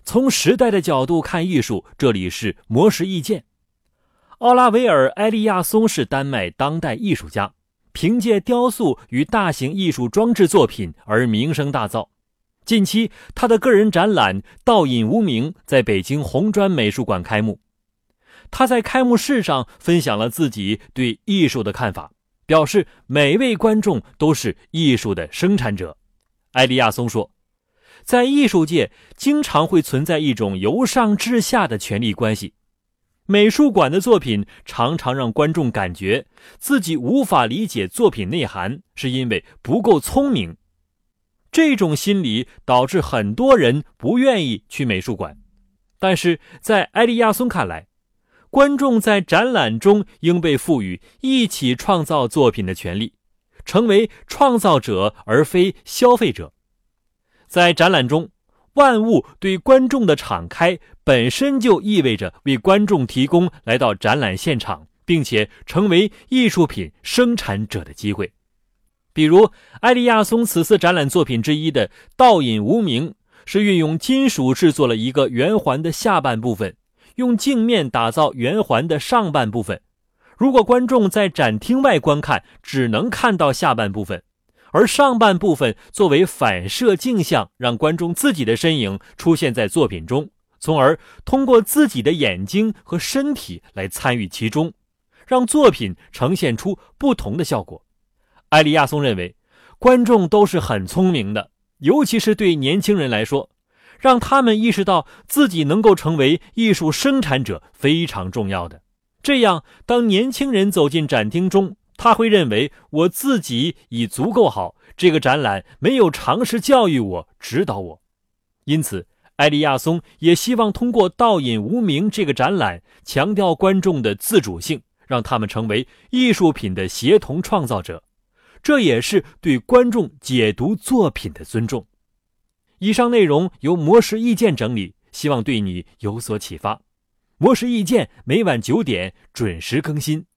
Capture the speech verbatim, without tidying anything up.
从时代的角度看艺术，这里是魔石意见。奥拉维尔·埃利亚松是丹麦当代艺术家，凭借雕塑与大型艺术装置作品而名声大噪。近期，他的个人展览《倒影无名》在北京红砖美术馆开幕。他在开幕式上分享了自己对艺术的看法，表示每位观众都是艺术的生产者。埃利亚松说，在艺术界经常会存在一种由上至下的权力关系。美术馆的作品常常让观众感觉自己无法理解作品内涵，是因为不够聪明。这种心理导致很多人不愿意去美术馆。但是在埃利亚松看来，观众在展览中应被赋予一起创造作品的权利，成为创造者而非消费者。在展览中，万物对观众的敞开本身就意味着为观众提供来到展览现场，并且成为艺术品生产者的机会。比如埃利亚松此次展览作品之一的《倒影无名》，是运用金属制作了一个圆环的下半部分，用镜面打造圆环的上半部分。如果观众在展厅外观看，只能看到下半部分，而上半部分作为反射镜像，让观众自己的身影出现在作品中，从而通过自己的眼睛和身体来参与其中，让作品呈现出不同的效果。埃利亚松认为，观众都是很聪明的，尤其是对年轻人来说，让他们意识到自己能够成为艺术生产者非常重要的。这样，当年轻人走进展厅中，他会认为我自己已足够好，这个展览没有尝试教育我、指导我。因此，埃利亚松也希望通过《倒影无名》这个展览，强调观众的自主性，让他们成为艺术品的协同创造者。这也是对观众解读作品的尊重。以上内容由魔石意见整理，希望对你有所启发。魔石意见每晚九点准时更新。